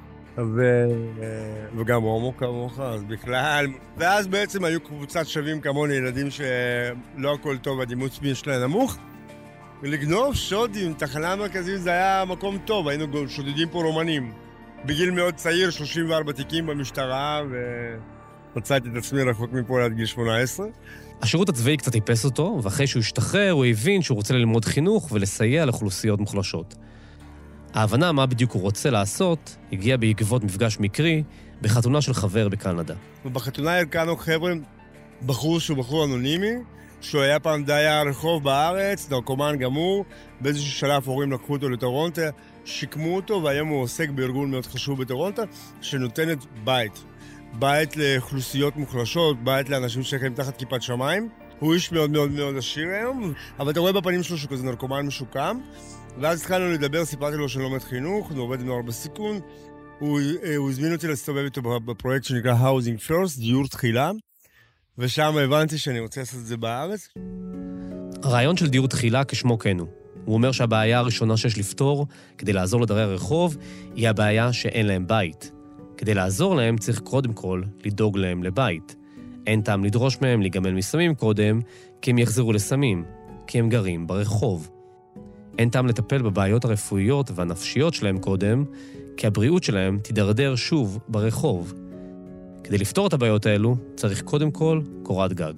וגם הומו כמוך, אז בכלל. ואז בעצם היו קבוצת שווים כמוני, ילדים שלא הכל טוב, הדימוי עצמי שלהם נמוך. ולגנוב שודים, תחנה מרכזית זה היה מקום טוב, היינו שודדים פה רומנים. בגיל מאוד צעיר, 34 תיקים במשטרה, ומצאתי את עצמי רחוק מפה עד גיל 18. השירות הצבאי קצת טיפס אותו, ואחרי שהוא השתחרר, הוא הבין שהוא רוצה ללמוד חינוך ולסייע לאוכלוסיות מוחלשות. ההבנה מה בדיוק הוא רוצה לעשות הגיעה בעקבות מפגש מקרי בחתונה של חבר בקנדה. ובחתונה הרכנו חבר'ה, בחור שהוא בחור אנונימי, שהוא היה פעם דייר רחוב בארץ, נרקומן גמור, באיזשהו שלב הורים לקחו אותו לטורונטו, שיקמו אותו, והיום הוא עוסק בארגון מאוד חשוב בטורונטו, שנותנת בית. בית לאוכלוסיות מוחלשות, בית לאנשים שחיים תחת כיפת שמיים. הוא איש מאוד מאוד מאוד עשיר היום, אבל אתה רואה בפנים שלו שהוא כזה נרקומן משוקם. ואז התחלנו לדבר, סיפרתי לו שאני לומד חינוך, אני עובד עם נוער בסיכון. הוא הזמין אותי להסתובב איתו בפרויקט שנקרא Housing First, דיור תחילה, ושם הבנתי שאני רוצה לעשות את זה בארץ. הרעיון של דיור תחילה כשמו כן הוא. הוא אומר שהבעיה הראשונה שיש לפתור כדי לעזור לדרי הרחוב היא הבעיה שאין להם בית. כדי לעזור להם צריך קודם כל לדאוג להם לבית. אין טעם לדרוש מהם להיגמל מסמים קודם, כי הם יחזרו לסמים, כי הם גרים ברחוב. אין טעם לטפל בבעיות הרפואיות והנפשיות שלהם קודם, כי הבריאות שלהם תידרדר שוב ברחוב. כדי לפתור את הבעיות האלו, צריך קודם כל קורת גג.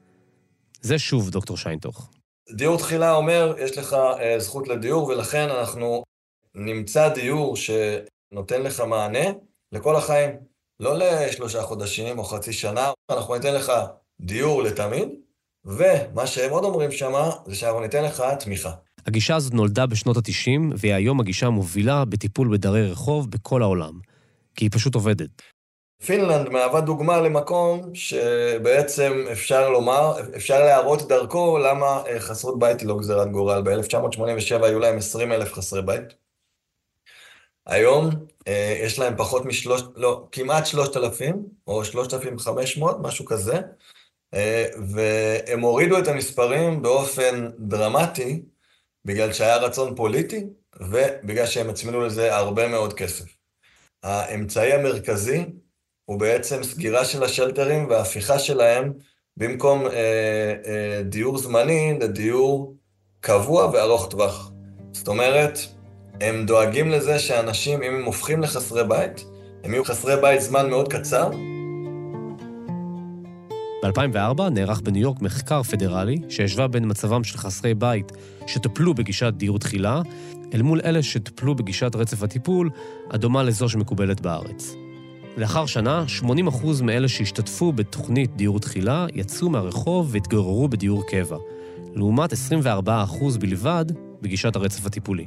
זה שוב דוקטור שיינטוך. דיור תחילה אומר, יש לך זכות לדיור, ולכן אנחנו נמצא דיור שנותן לך מענה לכל החיים. לא ל3 חודשים או חצי שנה, אנחנו ניתן לך דיור לתמיד, ומה שהם עוד אומרים שמה, זה שאנחנו ניתן לך תמיכה. הגישה הזאת נולדה בשנות ה-90, והיא היום הגישה המובילה בטיפול בדרי רחוב בכל העולם, כי היא פשוט עובדת. פינלנד מהווה דוגמה למקום שבעצם אפשר להראות דרכו למה חסרות בית היא לא גזירת גורל. ב-1987 היו להם 20,000 חסרי בית. היום יש להם כמעט 3,000 או 3,500, משהו כזה, והם הורידו את המספרים באופן דרמטי, בגלל שהיה רצון פוליטי, ובגלל שהם הצמידו לזה הרבה מאוד כסף. האמצעי המרכזי הוא בעצם סגירה של השלטרים וההפיכה שלהם, במקום דיור זמני לדיור קבוע וארוך טווח. זאת אומרת, הם דואגים לזה שאנשים, אם הם הופכים לחסרי בית, הם יהיו חסרי בית זמן מאוד קצר. ב-2004 נערך בניו יורק מחקר פדרלי שהשווה בין מצבם של חסרי בית שטפלו בגישת דיור תחילה, אל מול אלה שטפלו בגישת רצף הטיפול, הדומה לזו שמקובלת בארץ. לאחר שנה, 80% מאלה שהשתתפו בתוכנית דיור תחילה יצאו מהרחוב והתגוררו בדיור קבע, לעומת 24% בלבד בגישת הרצף הטיפולי.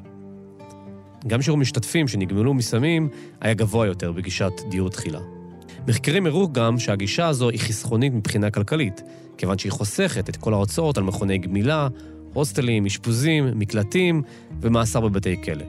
גם שיעור משתתפים שנגמלו מסמים היה גבוה יותר בגישת דיור תחילה. מחקרים הראו גם שהגישה הזו היא חסכונית מבחינה כלכלית, כיוון שהיא חוסכת את כל ההוצאות על מכוני גמילה, הוסטלים, אשפוזים, מקלטים ומאסר בבתי כלא.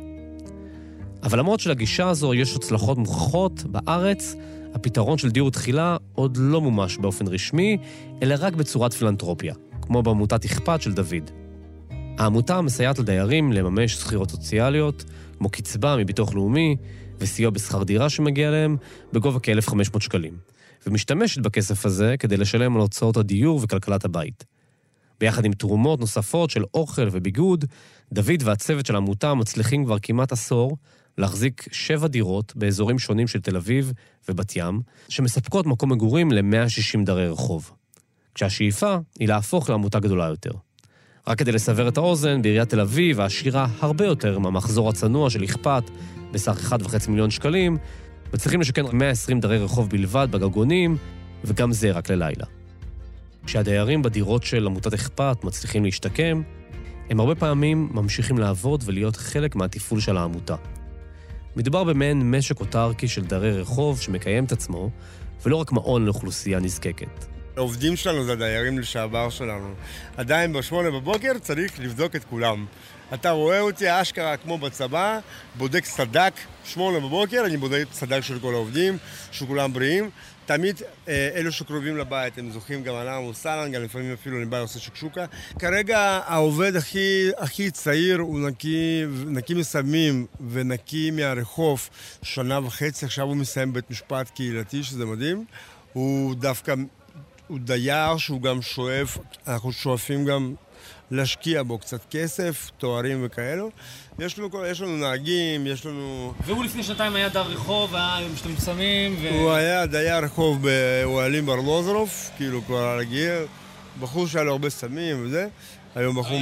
אבל למרות שלגישה הזו יש הצלחות מוכחות בארץ, הפתרון של דיור תחילה עוד לא מומש באופן רשמי, אלא רק בצורת פילנתרופיה, כמו בעמותת אכפת של דוד. העמותה מסייעת לדיירים לממש זכירות סוציאליות, כמו קצבה מביטוח לאומי וסיוע בשכר דירה שמגיע להם בגובה כ-1,500 שקלים, ומשתמשת בכסף הזה כדי לשלם על הוצאות הדיור וכלכלת הבית. ביחד עם תרומות נוספות של אוכל וביגוד, דוד והצוות של העמותה מצליחים כבר כמעט עשור להחזיק 7 דירות באזורים שונים של תל אביב ובת ים, שמספקות מקום מגורים ל-160 דרי רחוב. כשהשאיפה היא להפוך לעמותה גדולה יותר. רק כדי לסבר את האוזן, בעיריית תל אביב, העשירה הרבה יותר מהמחזור הצנוע של אכפת, בסך 1.5 מיליון שקלים, וצריכים לשכן 120 דרי רחוב בלבד בגגונים, וגם זה רק ללילה. כשהדיירים בדירות של עמותת אכפת מצליחים להשתקם, הם הרבה פעמים ממשיכים לעבוד ולהיות חלק מהתפעול של העמותה. מדובר במעין משק אוטרקי של דרי רחוב שמקיים את עצמו, ולא רק מעון לאוכלוסייה נזקקת. העובדים שלנו זה הדיירים לשעבר שלנו. עדיין ב8 בבוקר צריך לבדוק את כולם. אתה רואה אותי אשכרה כמו בצבא, בודק סדק, 8 בבוקר, אני בודק סדק של כל העובדים, שכולם בריאים. תמיד אלו שקרובים לבית, הם זוכים גם עלם או סלן, גם לפעמים אפילו אני בא לעשות שקשוקה. כרגע העובד הכי צעיר הוא נקי מסמים ונקי מהרחוב 1.5 שנה, עכשיו הוא מסיים בית משפט קהילתי, שזה מדהים. הוא דווקא, הוא דייר שהוא גם שואף, אנחנו שואפים גם להשקיע בו קצת כסף, תוארים וכאלו. יש לנו נהגים, יש לנו... והוא לפני שנתיים היה דר רחוב, היה משתמשים סמים הוא היה דייר רחוב באוהלים בארלוזורוב, כאילו כבר על הגיל, בחור שהיה לו הרבה סמים וזה. היום בחור...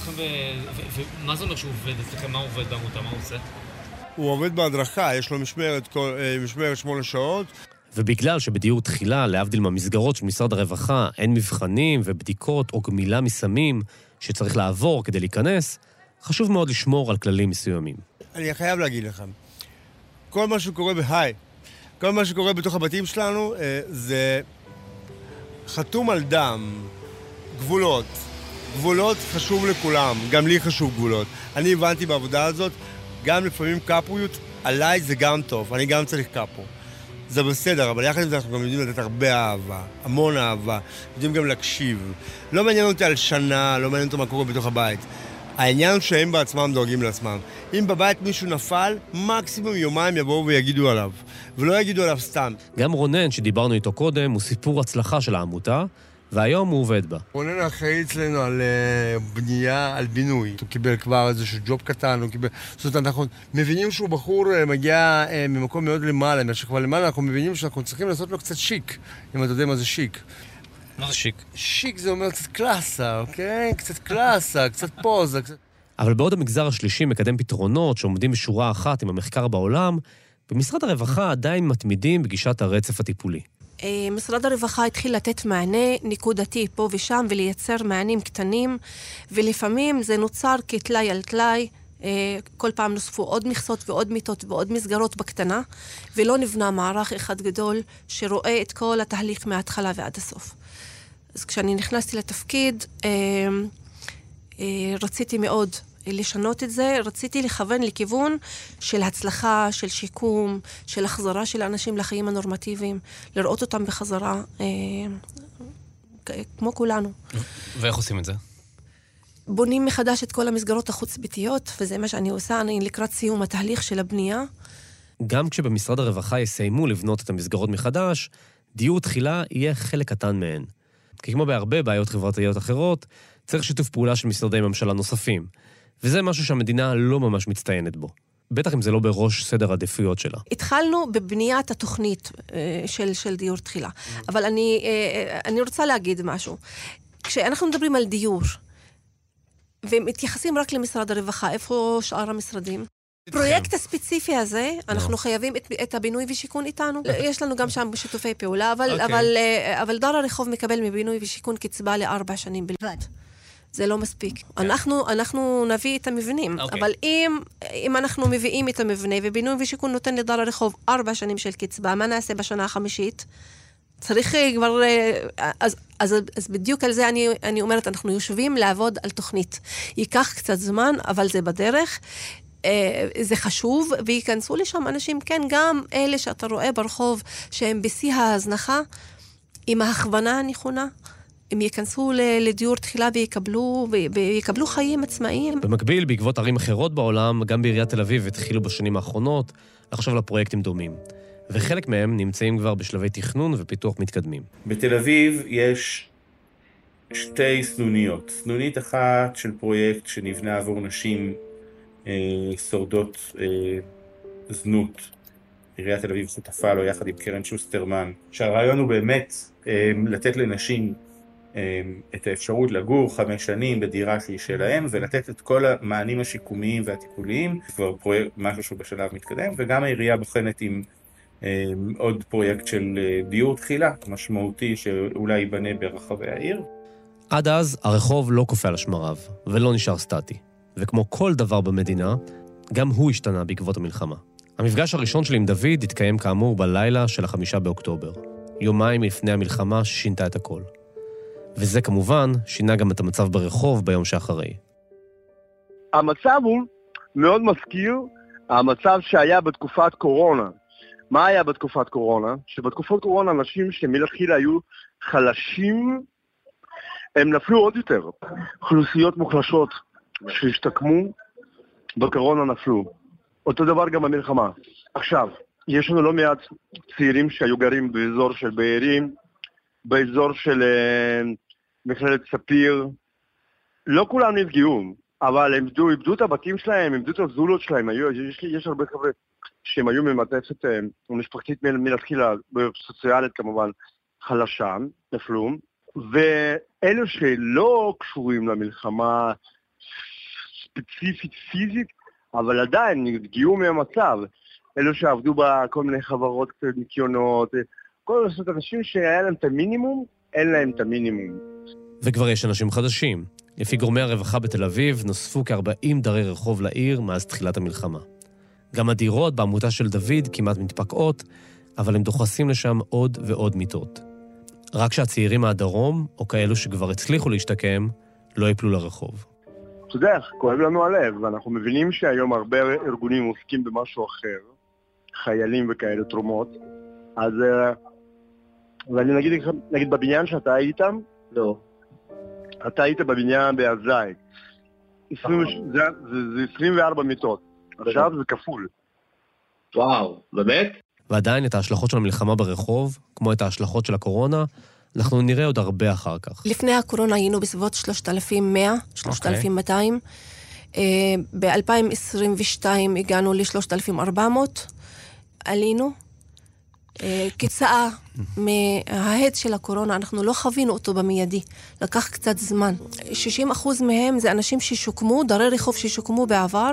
ומה זה אומר שהוא עובד? אצלכם, מה הוא עובד בעמותה? מה הוא עושה? הוא עובד בהדרכה, יש לו משמרת 8 שעות. ובגלל שבדיור תחילה, להבדיל מהמסגרות של משרד הרווחה, אין מבחנים ובדיקות או גמילה מסמים שצריך לעבור כדי להיכנס, חשוב מאוד לשמור על כללים מסוימים. אני חייב להגיד לכם, כל מה שקורה כל מה שקורה בתוך הבתים שלנו, זה חתום על דם, גבולות. גבולות חשוב לכולם, גם לי חשוב גבולות. אני הבנתי בעבודה הזאת, גם לפעמים קאפויות, עליי זה גם טוב, אני גם צריך קאפו. זה בסדר, אבל יחד עם זה אנחנו גם יודעים לתת הרבה אהבה, המון אהבה, יודעים גם להקשיב. לא מעניין אותי על שנה, לא מעניין אותי מה קורה בתוך הבית. העניין הוא שהם בעצמם דואגים לעצמם. אם בבית מישהו נפל, מקסימום יומיים יבואו ויגידו עליו, ולא יגידו עליו סתם. גם רונן, שדיברנו איתו קודם, הוא סיפור הצלחה של העמותה, והיום הוא עובד בה. רונן אחראי אצלנו על בנייה, על בינוי. הוא קיבל כבר איזשהו ג'וב קטן, הוא קיבל... זאת אומרת, אנחנו מבינים שהוא בחור מגיע ממקום מאוד למעלה, מהשכבה למעלה, אנחנו מבינים שאנחנו צריכים לעשות לו קצת שיק, אם אתה יודע מה זה שיק. מה זה שיק? שיק זה אומר קצת קלאסה, אוקיי? קצת קלאסה, קצת פוזה, קצת... אבל בעוד המגזר השלישי מקדם פתרונות שעומדים בשורה אחת עם המחקר בעולם, במשרד הרווחה עדיין מתמידים בגישת הרצף הטיפולי. משרד הרווחה התחיל לתת מענה נקודתי פה ושם ולייצר מענים קטנים, ולפעמים זה נוצר כתלאי על תלאי, כל פעם נוספו עוד מכסות ועוד מיטות ועוד מסגרות בקטנה, ולא נבנה מערך אחד גדול שרואה את כל התהליך מההתחלה ועד הסוף. אז כשאני נכנסתי לתפקיד, רציתי מאוד לשנות את זה, רציתי לכוון לכיוון של הצלחה, של שיקום, של החזרה של האנשים לחיים הנורמטיביים, לראות אותם בחזרה, כמו כולנו. ואיך עושים את זה? בונים מחדש את כל המסגרות החוץ-ביתיות, וזה מה שאני עושה, אני לקראת סיום התהליך של הבנייה. גם כשבמשרד הרווחה יסיימו לבנות את המסגרות מחדש, דיור תחילה יהיה חלק קטן מהן. כי כמו בהרבה בעיות חברתיות אחרות, צריך שיתוף פעולה של משרדי ממשלה נוספים. וזה משהו שהמדינה לא ממש מצטיינת בו. בטח אם זה לא בראש סדר העדיפויות שלה. התחלנו בבניית התוכנית של דיור תחילה. אבל אני רוצה להגיד משהו. כשאנחנו מדברים על דיור, ומתייחסים רק למשרד הרווחה, איפה שאר המשרדים? הפרויקט הספציפי הזה, אנחנו חייבים את הבינוי ושיכון איתנו. יש לנו גם שם שיתופי פעולה, אבל דר הרחוב מקבל מבינוי ושיכון קצבה ל4 שנים בלבד. זה לא מספיק. אנחנו נביא את המבנים, אבל אם אנחנו מביאים את המבנה ובינוי ושיכון נותן לדר הרחוב 4 שנים של קצבה, מה נעשה בשנה החמישית? צריך כבר, אז בדיוק על זה אני אומרת, אנחנו יושבים לעבוד על תוכנית. ייקח קצת זמן, אבל זה בדרך. זה חשוב, וייכנסו לשם אנשים, כן, גם אלה שאתה רואה ברחוב, שהם בשיא ההזנחה, עם ההכוונה הנכונה, הם ייכנסו לדיור תחילה ויקבלו חיים עצמאיים. במקביל, בעקבות ערים אחרות בעולם, גם בעיריית תל אביב התחילו בשנים האחרונות לחשוב לפרויקטים דומים. וחלק מהם נמצאים כבר בשלבי תכנון ופיתוח מתקדמים. בתל אביב יש 2 סנוניות. סנונית אחת של פרויקט שנבנה עבור נשים שורדות זנות. עיריית תל אביב שותפה לו יחד עם קרן שוסטרמן, שהרעיון הוא באמת לתת לנשים את האפשרות לגור 5 שנים בדירה שהיא שלהם, ולתת את כל המענים השיקומיים והטיפוליים, כבר פרויקט משהו שהוא בשלב מתקדם, וגם העירייה בוחנת עם עוד פרויקט של דיור תחילה, משמעותי שאולי ייבנה ברחבי העיר. עד אז הרחוב לא קופא על השמריו, ולא נשאר סטטי. וכמו כל דבר במדינה, גם הוא השתנה בעקבות המלחמה. המפגש הראשון שלי עם דוד התקיים כאמור בלילה של 5 באוקטובר, יומיים לפני המלחמה ששינתה את הכל. וזה כמובן שינה גם את המצב ברחוב ביום שאחרי. המצב הוא מאוד מזכיר המצב שהיה בתקופת קורונה. מה היה בתקופת קורונה? שבתקופת קורונה אנשים שמלכתחילה היו חלשים, הם נפלו עוד יותר. אוכלוסיות מוחלשות שהשתקמו בקורונה נפלו. אותו דבר גם במלחמה. עכשיו, יש לנו לא מעט צעירים שהיו גרים באזור של בעירים, באזור של מכללת ספיר. לא כולם נפגעו, אבל הם איבדו את הבתים שלהם, איבדו את הזולות שלהם. יש הרבה חבר'ה שהם היו ממעטפת משפחתית מלכתחילה, סוציאלית כמובן, חלשה, נפלו. ואלו שלא קשורים למלחמה ספציפית פיזית, אבל עדיין נפגעו מהמצב. אלו שעבדו בכל מיני חברות ניקיונות, כל אנשים שהיה להם את המינימום, אין להם את המינימום. וכבר יש אנשים חדשים. לפי גורמי הרווחה בתל אביב, נוספו כ-40 דרי רחוב לעיר מאז תחילת המלחמה. גם הדירות בעמותה של דוד כמעט מתפקעות, אבל הם דוחסים לשם עוד ועוד מיטות. רק שהצעירים מהדרום, או כאלו שכבר הצליחו להשתקם, לא ייפלו לרחוב. אתה יודע, כואב לנו הלב, ואנחנו מבינים שהיום הרבה ארגונים עוסקים במשהו אחר, חיילים וכאלה תרומות, אז ואני נגיד בבניין שאתה היית? לא. אתה היית בבניין באזי. זה 24 מיטות. עכשיו זה כפול. וואו, באמת? ועדיין את ההשלכות של המלחמה ברחוב, כמו את ההשלכות של הקורונה, אנחנו נראה עוד הרבה אחר כך. לפני הקורונה היינו בסביבות 3,100, 3,200. ב-2022 הגענו ל-3,400. עלינו. כתוצאה מההד של הקורונה, אנחנו לא חווינו אותו במיידי. לקח קצת זמן. 60% מהם זה אנשים ששוקמו, דרי רחוב ששוקמו בעבר,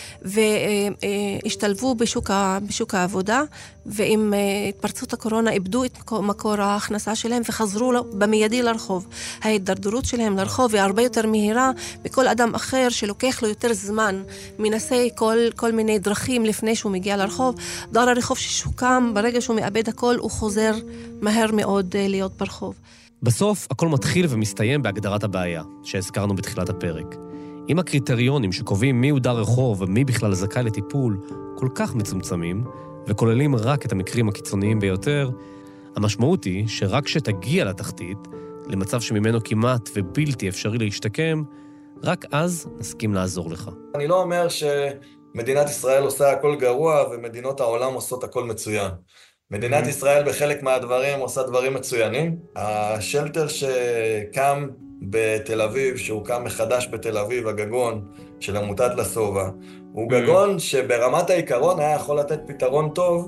והשתלבו בשוק העבודה, ועם התפרצות הקורונה איבדו את מקור ההכנסה שלהם, וחזרו במיידי לרחוב. ההתדרדרות שלהם לרחוב היא הרבה יותר מהירה, בכל אדם אחר שלוקח לו יותר זמן, מנסה כל מיני דרכים לפני שהוא מגיע לרחוב. דר הרחוב ששוקם, ברגע שהוא מאבד הכל, הוא חוזר מהר מאוד להיות ברחוב. בסוף, הכל מתחיל ומסתיים בהגדרת הבעיה, שהזכרנו בתחילת הפרק. אם הקריטריונים שקובעים מי הוא דר רחוב ומי בכלל זכאי לטיפול כל כך מצומצמים, וכוללים רק את המקרים הקיצוניים ביותר, המשמעות היא שרק שתגיע לתחתית, למצב שממנו כמעט ובלתי אפשרי להשתקם, רק אז נסכים לעזור לך. אני לא אומר שמדינת ישראל עושה הכל גרוע ומדינות העולם עושות הכל מצוין. מדינת ישראל בחלק מהדברים עושה דברים מצוינים. השלטר שקם בתל אביב, שהוקם מחדש בתל אביב, הגגון של עמותת לסובה, הוא גגון שברמת העיקרון היה יכול לתת פתרון טוב.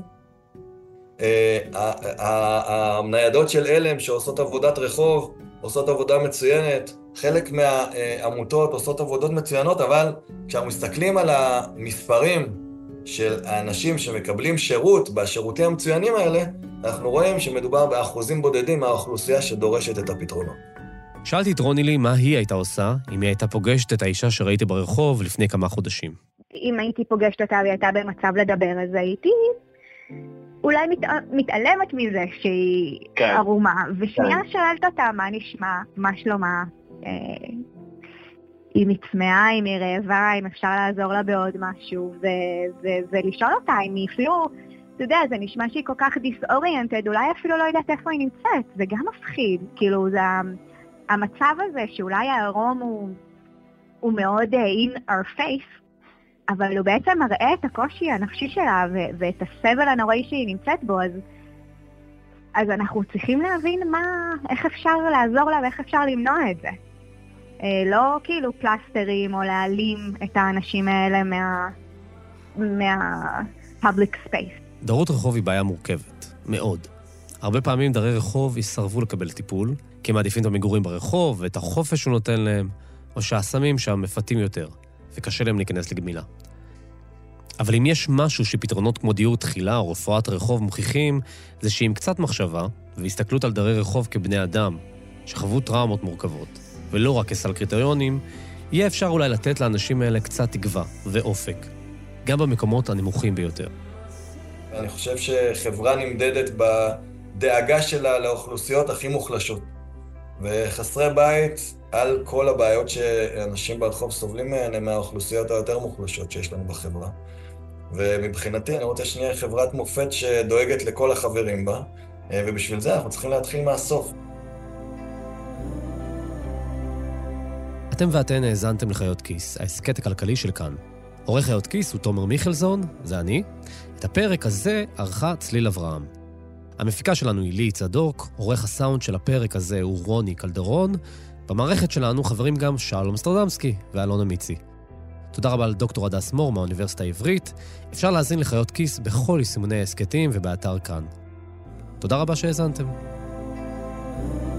הניידות של אלם שעושות עבודת רחוב, עושות עבודה מצוינת, חלק מהעמותות עושות עבודות מצוינות, אבל כשאנחנו מסתכלים על המספרים של האנשים שמקבלים שירות בשירותים המצוינים האלה, אנחנו רואים שמדובר באחוזים בודדים מהאוכלוסייה שדורשת את הפתרונות. שאלתי את רונילי מה היא הייתה עושה אם היא הייתה פוגשת את האישה שראיתי ברחוב לפני כמה חודשים. אם הייתי פוגשת אותה והיא הייתה במצב לדבר, אז הייתי אולי מתעלמת מזה שהיא ערומה, ושנייה שאלת אותה מה נשמע, מה שלומה, אם היא צמאה, אם היא רעבה, אם אפשר לעזור לה בעוד משהו, ולשאול אותה אם היא אפילו, אתה יודע, זה נשמע שהיא כל כך דיסאוריינטד, אולי אפילו לא יודעת איפה היא נמצאת, זה גם מפחיד, כאילו זה המצב הזה שאולי הערום הוא מאוד in our face, אבל הוא בעצם מראה את הקושי הנפשי שלה ואת הסבל הנוראי שהיא נמצאת בו, אז אנחנו צריכים להבין איך אפשר לעזור לה ואיך אפשר למנוע את זה. לא כאילו פלסטרים או להעלים את האנשים האלה מה-public space. דרות רחוב היא בעיה מורכבת, מאוד. הרבה פעמים דרי רחוב יסרבו לקבל טיפול, כי הם מעדיפים את המגורים ברחוב ואת החופש שהוא נותן להם, או שהסמים שם מפתים יותר, וקשה להם להיכנס לגמילה. אבל אם יש משהו שפתרונות כמו דיור תחילה או רפואת רחוב מוכיחים, זה שעם קצת מחשבה והסתכלות על דרי רחוב כבני אדם, שחוו טראומות מורכבות, ולא רק כסל קריטריונים, יהיה אפשר אולי לתת לאנשים האלה קצת תקווה ואופק, גם במקומות הנמוכים ביותר. אני חושב שחברה נמדדת בדאגה שלה לאוכלוסיות הכי מוחלשות. וחסרי בית על כל הבעיות שאנשים ברחוב סובלים מהן, מהאוכלוסיות היותר מוחלשות שיש לנו בחברה. ומבחינתי אני רוצה שנהיה חברת מופת שדואגת לכל החברים בה, ובשביל זה אנחנו צריכים להתחיל מהסוף. אתם ואתן האזנתם לחיות כיס, ההסכת הכלכלי של כאן. עורך חיות כיס הוא תומר מיכלזון, זה אני. את הפרק הזה ערכה צליל אברהם. המפיקה שלנו היא לי צדוק, עורך הסאונד של הפרק הזה הוא רוני קלדרון. במערכת שלנו חברים גם שלום אמסטרדמסקי ואלונה מיצי. תודה רבה לדוקטור הדס מור מהאוניברסיטה העברית. אפשר להאזין לחיות כיס בכל יישומוני ההסכתים ובאתר כאן. תודה רבה שהאזנתם.